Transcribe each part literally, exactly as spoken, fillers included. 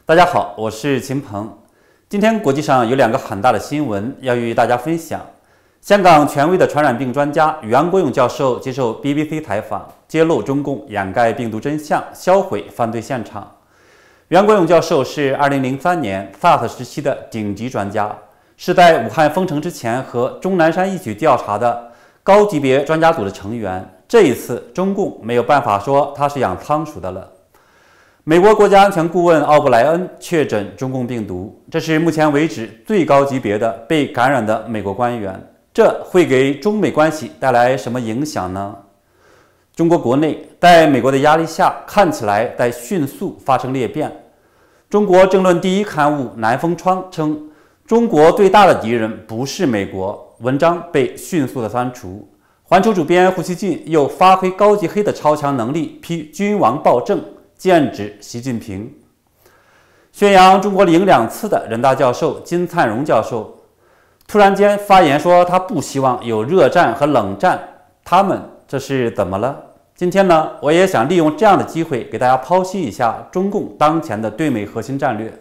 大家好，我是秦鹏。今天国际上有两个很大的新闻要与大家分享。香港权威的传染病专家袁国勇教授接受 B B C 采访，揭露中共掩盖病毒真相，销毁犯罪现场。袁国勇教授是二零零三年 SARS 时期的顶级专家，是在武汉封城之前和钟南山一起调查的高级别专家组的成员。这一次，中共没有办法说他是养仓鼠的了。美国国家安全顾问奥布莱恩确诊中共病毒，这是目前为止最高级别的被感染的美国官员。这会给中美关系带来什么影响呢？中国国内在美国的压力下，看起来在迅速发生裂变。中国政论第一刊物《南风窗》称，中国最大的敌人不是美国，文章被迅速的删除。环球主编胡锡进又发挥高级黑的超强能力，批君王暴政，剑指习近平。宣扬中国赢两次的人大教授金灿荣教授突然间发言说，他不希望有热战和冷战，他们这是怎么了？今天呢，我也想利用这样的机会给大家剖析一下中共当前的对美核心战略。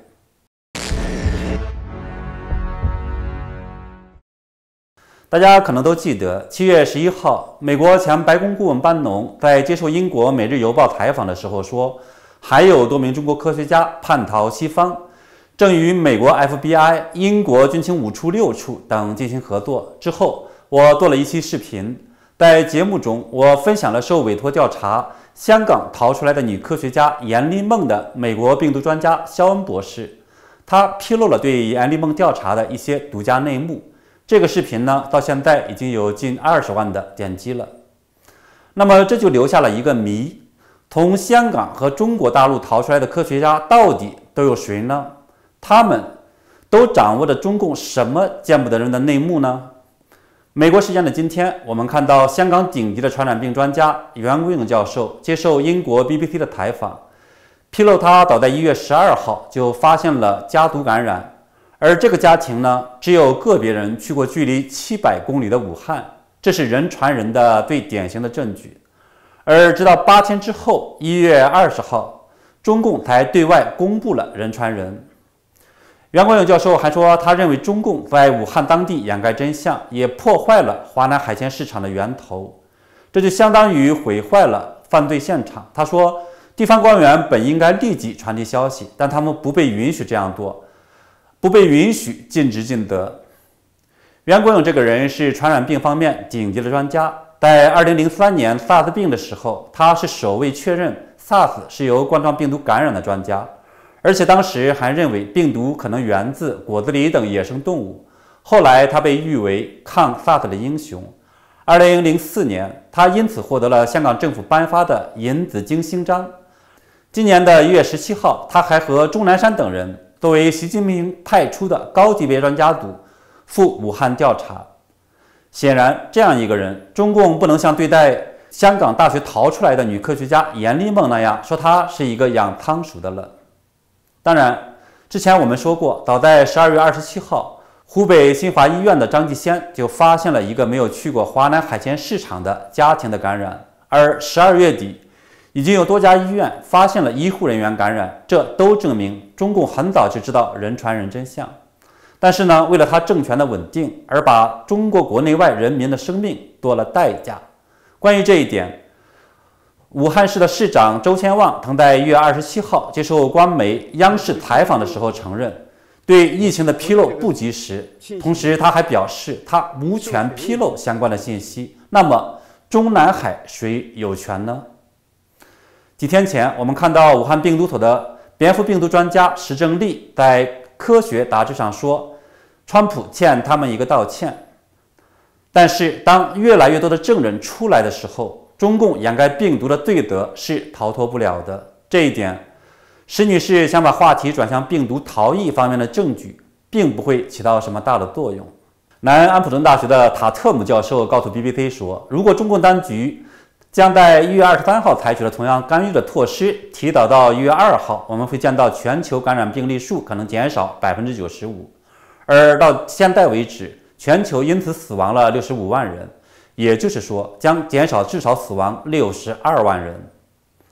大家可能都记得，七月十一号，美国前白宫顾问班农在接受英国《每日邮报》采访的时候说，还有多名中国科学家叛逃西方，正与美国 F B I、英国军情五处六处等进行合作。之后，我做了一期视频，在节目中，我分享了受委托调查香港逃出来的女科学家严丽梦的美国病毒专家肖恩博士，他披露了对严丽梦调查的一些独家内幕。这个视频呢，到现在已经有近二十万的点击了。那么这就留下了一个谜：从香港和中国大陆逃出来的科学家到底都有谁呢？他们都掌握着中共什么见不得人的内幕呢？美国时间的今天，我们看到香港顶级的传染病专家袁国勇教授接受英国 B B C 的采访，披露他早在一月十二号就发现了家族感染。而这个家庭呢，只有个别人去过距离七百公里的武汉，这是人传人的最典型的证据。而直到八天之后，一月二十号，中共才对外公布了人传人。袁国勇教授还说，他认为中共在武汉当地掩盖真相，也破坏了华南海鲜市场的源头，这就相当于毁坏了犯罪现场。他说，地方官员本应该立即传递消息，但他们不被允许这样做。不被允许尽职尽责。袁国勇这个人是传染病方面顶级的专家，在二零零三年 SARS 病的时候，他是首位确认 SARS 是由冠状病毒感染的专家，而且当时还认为病毒可能源自果子狸等野生动物。后来他被誉为抗 SARS 的英雄。二零零四年，他因此获得了香港政府颁发的银紫荆星章。今年的一月十七号，他还和钟南山等人作为习近平派出的高级别专家组赴武汉调查。显然，这样一个人，中共不能像对待香港大学逃出来的女科学家严丽梦那样说她是一个养仓鼠的了。当然，之前我们说过，早在十二月二十七号，湖北新华医院的张继先就发现了一个没有去过华南海鲜市场的家庭的感染，而十二月底，已经有多家医院发现了医护人员感染，这都证明中共很早就知道人传人真相。但是呢，为了他政权的稳定，而把中国国内外人民的生命做了代价。关于这一点，武汉市的市长周先旺曾在一月二十七号接受官媒央视采访的时候承认，对疫情的披露不及时，同时他还表示他无权披露相关的信息。那么，中南海谁有权呢？几天前，我们看到武汉病毒所的蝙蝠病毒专家石正丽在《科学》杂志上说，川普欠他们一个道歉。但是，当越来越多的证人出来的时候，中共掩盖病毒的罪责是逃脱不了的。这一点，石女士想把话题转向病毒逃逸方面的证据，并不会起到什么大的作用。南安普顿大学的塔特姆教授告诉 B B C 说，如果中共当局将在一月二十三号采取了同样干预的措施，提早到一月二号，我们会见到全球感染病例数可能减少 百分之九十五， 而到现在为止，全球因此死亡了六十五万人，也就是说将减少至少死亡六十二万人。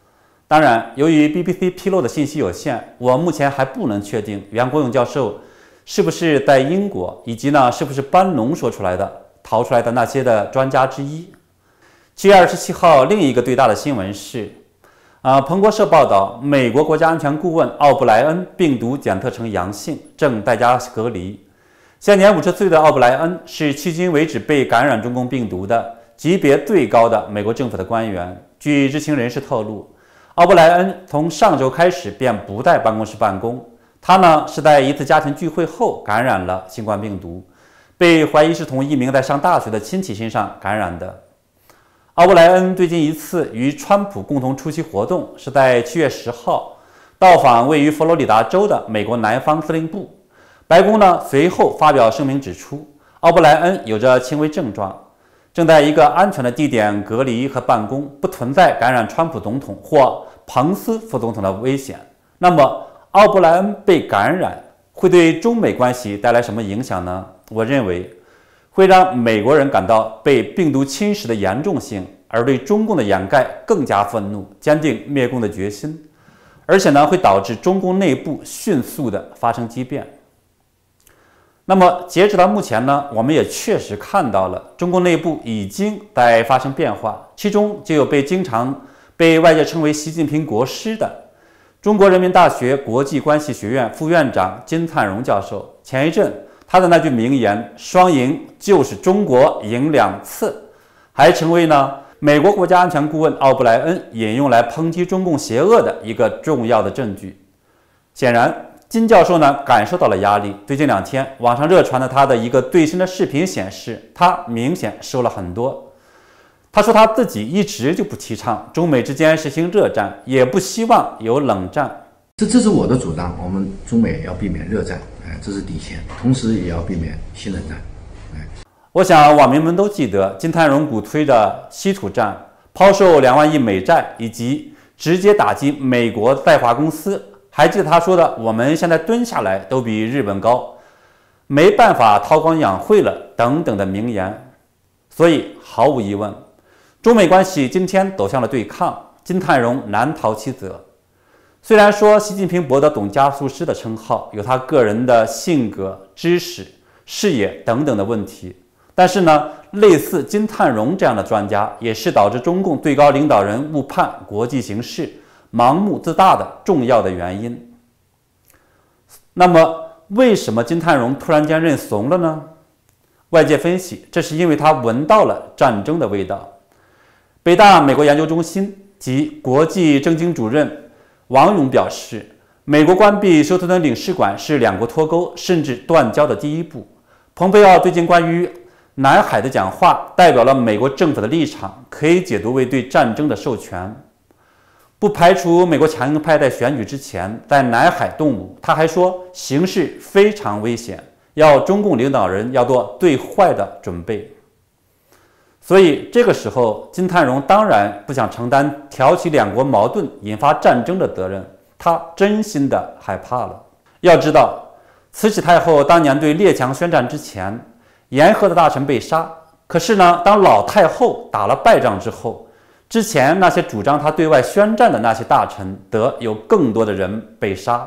当然，由于 B B C 披露的信息有限，我目前还不能确定袁国勇教授是不是在英国，以及呢是不是班农说出来的、逃出来的那些的专家之一。七月二十七号，另一个最大的新闻是，啊，彭博社报道，美国国家安全顾问奥布莱恩病毒检测呈阳性，正在家隔离。现年五十岁的奥布莱恩是迄今为止被感染中共病毒的级别最高的美国政府的官员。据知情人士透露，奥布莱恩从上周开始便不在办公室办公。他呢是在一次家庭聚会后感染了新冠病毒，被怀疑是从一名在上大学的亲戚身上感染的。奥布莱恩最近一次与川普共同出席活动是在七月十号，到访位于佛罗里达州的美国南方司令部。白宫呢随后发表声明指出，奥布莱恩有着轻微症状，正在一个安全的地点隔离和办公，不存在感染川普总统或彭斯副总统的危险。那么，奥布莱恩被感染会对中美关系带来什么影响呢？我认为会让美国人感到被病毒侵蚀的严重性，而对中共的掩盖更加愤怒，坚定灭共的决心，而且呢会导致中共内部迅速的发生激变。那么截止到目前呢，我们也确实看到了中共内部已经在发生变化，其中就有被经常被外界称为习近平国师的中国人民大学国际关系学院副院长金灿荣教授。前一阵他的那句名言"双赢就是中国赢两次"，还成为呢美国国家安全顾问奥布莱恩引用来抨击中共邪恶的一个重要的证据。显然，金教授呢感受到了压力。最近两天，网上热传的他的一个最新的视频显示，他明显瘦了很多。他说他自己一直就不提倡中美之间实行热战，也不希望有冷战。 这这是我的主张，我们中美要避免热战，哎，这是底线，同时也要避免新冷战。哎， 我想网民们都记得金灿荣鼓吹的稀土战、抛售两万亿美债，以及直接打击美国在华公司。还记得他说的"我们现在蹲下来都比日本高，没办法韬光养晦了"等等的名言。所以毫无疑问，中美关系今天走向了对抗，金灿荣难逃其责。虽然说习近平博得总加速师的称号，有他个人的性格、知识、视野等等的问题，但是呢，类似金灿荣这样的专家，也是导致中共最高领导人误判国际形势、盲目自大的重要的原因。那么，为什么金灿荣突然间认怂了呢？外界分析，这是因为他闻到了战争的味道。北大美国研究中心及国际政经主任王勇表示，美国关闭休斯敦领事馆是两国脱钩甚至断交的第一步。蓬佩奥最近关于南海的讲话代表了美国政府的立场，可以解读为对战争的授权。不排除美国强硬派在选举之前在南海动武。他还说形势非常危险，要中共领导人要做最坏的准备。所以这个时候，金灿荣当然不想承担挑起两国矛盾、引发战争的责任，他真心的害怕了。要知道，慈禧太后当年对列强宣战之前，沿河的大臣被杀。可是呢，当老太后打了败仗之后，之前那些主张他对外宣战的那些大臣，得有更多的人被杀。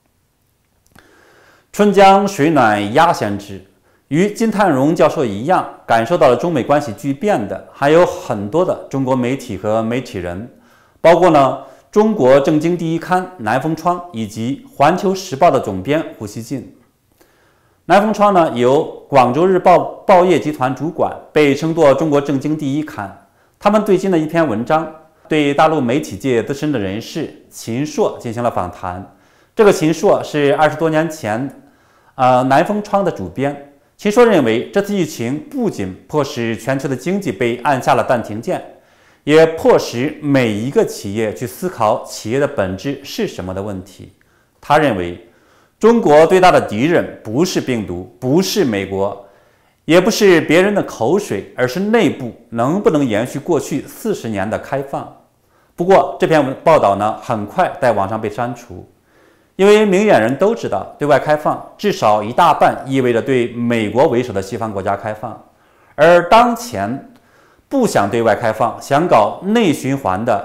春江水暖鸭先知，与金灿荣教授一样，感受到了中美关系巨变的，还有很多的中国媒体和媒体人，包括呢中国政经第一刊南风窗以及环球时报的总编胡锡进。南风窗呢由广州日报报业集团主管，被称作中国政经第一刊。他们最近的一篇文章对大陆媒体界资深的人士秦朔进行了访谈。这个秦朔是二十多年前，呃，南风窗的主编。秦朔认为，这次疫情不仅迫使全球的经济被按下了暂停键，也迫使每一个企业去思考企业的本质是什么的问题。他认为，中国最大的敌人不是病毒，不是美国，也不是别人的口水，而是内部能不能延续过去四十年的开放。不过这篇报道呢，很快在网上被删除，因为明眼人都知道，对外开放至少一大半意味着对美国为首的西方国家开放，而当前不想对外开放、想搞内循环的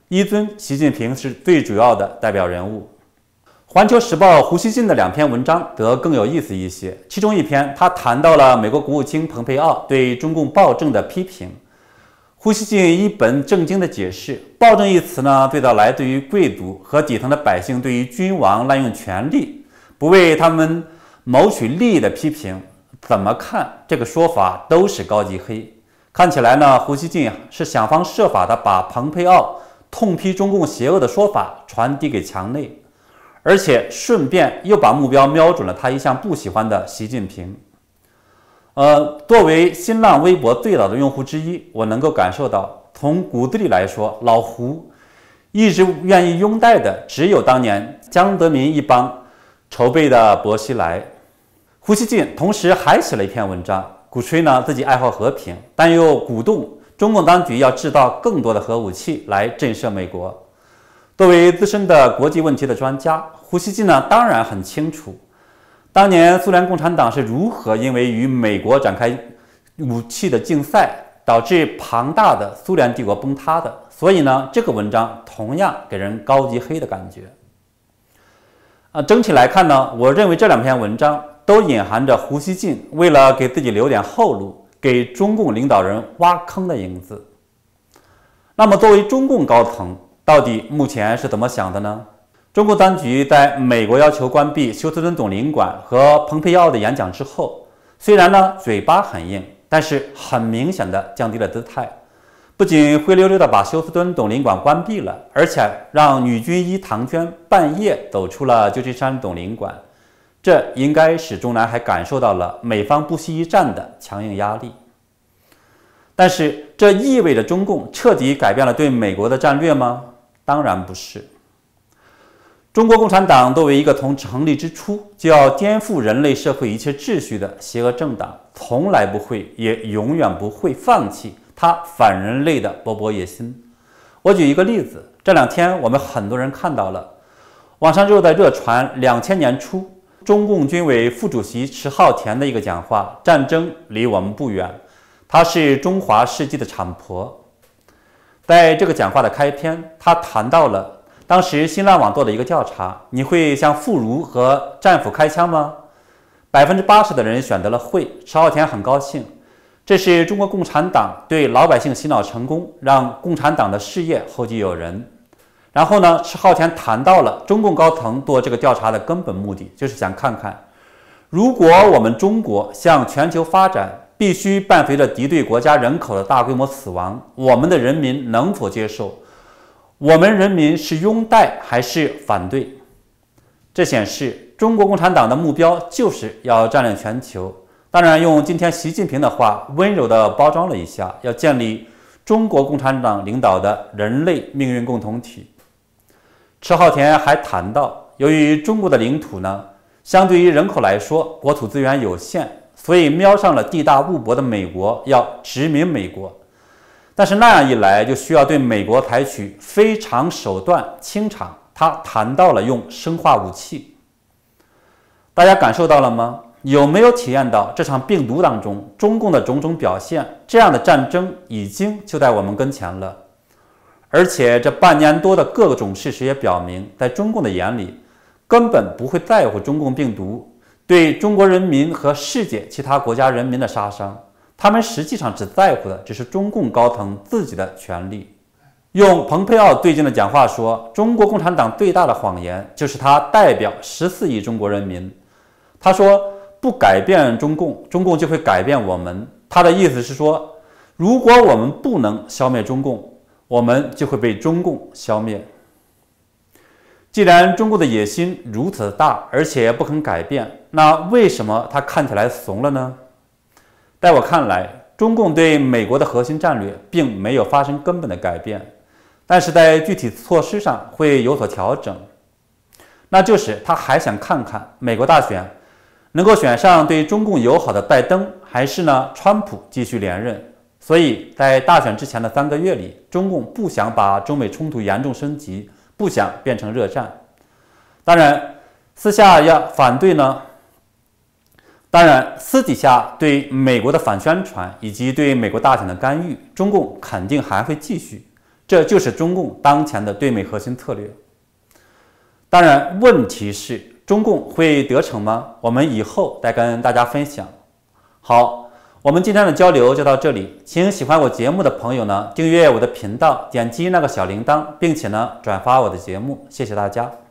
一尊习近平是最主要的代表人物。环球时报胡锡进的两篇文章则更有意思一些，其中一篇他谈到了美国国务卿蓬佩奥对中共暴政的批评。胡锡进一本正经的解释，暴政一词呢，最早来自于贵族和底层的百姓对于君王滥用权力，不为他们谋取利益的批评。怎么看这个说法都是高级黑。看起来呢，胡锡进是想方设法的把蓬佩奥痛批中共邪恶的说法传递给墙内，而且顺便又把目标瞄准了他一向不喜欢的习近平。呃，作为新浪微博最早的用户之一，我能够感受到，从骨子里来说，老胡一直愿意拥戴的只有当年江泽民一帮筹备的薄熙来。胡锡进同时还写了一篇文章，鼓吹呢自己爱好和平，但又鼓动中共当局要制造更多的核武器来震慑美国。作为资深的国际问题的专家，胡锡进呢当然很清楚，当年苏联共产党是如何因为与美国展开武器的竞赛，导致庞大的苏联帝国崩塌的。所以呢，这个文章同样给人高级黑的感觉。啊，整体来看呢，我认为这两篇文章都隐含着胡锡进为了给自己留点后路，给中共领导人挖坑的影子。那么，作为中共高层，到底目前是怎么想的呢？中共当局在美国要求关闭休斯顿总领馆和蓬佩奥的演讲之后，虽然呢嘴巴很硬，但是很明显的降低了姿态，不仅灰溜溜的把休斯顿总领馆关闭了，而且让女军医唐娟半夜走出了旧金山总领馆，这应该使中南海感受到了美方不惜一战的强硬压力。但是，这意味着中共彻底改变了对美国的战略吗？当然不是。中国共产党作为一个从成立之初就要颠覆人类社会一切秩序的邪恶政党，从来不会也永远不会放弃它反人类的勃勃野心。我举一个例子，这两天我们很多人看到了，网上就在热传两千年初中共军委副主席迟浩田的一个讲话：战争离我们不远，他是中华世纪的产婆。在这个讲话的开篇，他谈到了当时新浪网做的一个调查：你会向妇孺和战俘开枪吗？百分之八十的人选择了会。迟浩田很高兴，这是中国共产党对老百姓洗脑成功，让共产党的事业后继有人。然后呢，迟浩田谈到了中共高层做这个调查的根本目的，就是想看看，如果我们中国向全球发展，必须伴随着敌对国家人口的大规模死亡，我们的人民能否接受？我们人民是拥戴还是反对？这显示中国共产党的目标就是要占领全球。当然，用今天习近平的话温柔地包装了一下，要建立中国共产党领导的人类命运共同体。迟浩田还谈到，由于中国的领土呢，相对于人口来说，国土资源有限，所以瞄上了地大物博的美国，要殖民美国。但是那样一来，就需要对美国采取非常手段清场。他谈到了用生化武器，大家感受到了吗？有没有体验到这场病毒当中中共的种种表现？这样的战争已经就在我们跟前了。而且这半年多的各种事实也表明，在中共的眼里，根本不会在乎中共病毒对中国人民和世界其他国家人民的杀伤。他们实际上只在乎的只是中共高层自己的权利。用蓬佩奥最近的讲话说，中国共产党最大的谎言就是他代表十四亿中国人民。他说，不改变中共，中共就会改变我们。他的意思是说，如果我们不能消灭中共，我们就会被中共消灭。既然中共的野心如此大，而且不肯改变，那为什么他看起来怂了呢？在我看来，中共对美国的核心战略并没有发生根本的改变，但是在具体措施上会有所调整。那就是他还想看看美国大选能够选上对中共友好的拜登，还是呢川普继续连任。所以在大选之前的三个月里，中共不想把中美冲突严重升级，不想变成热战。当然，私下要反对呢。当然，私底下对美国的反宣传以及对美国大选的干预，中共肯定还会继续。 这就是中共当前的对美核心策略。当然，问题是中共会得逞吗？我们以后再跟大家分享。好，我们今天的交流就到这里，请喜欢我节目的朋友呢，订阅我的频道，点击那个小铃铛，并且呢转发我的节目，谢谢大家。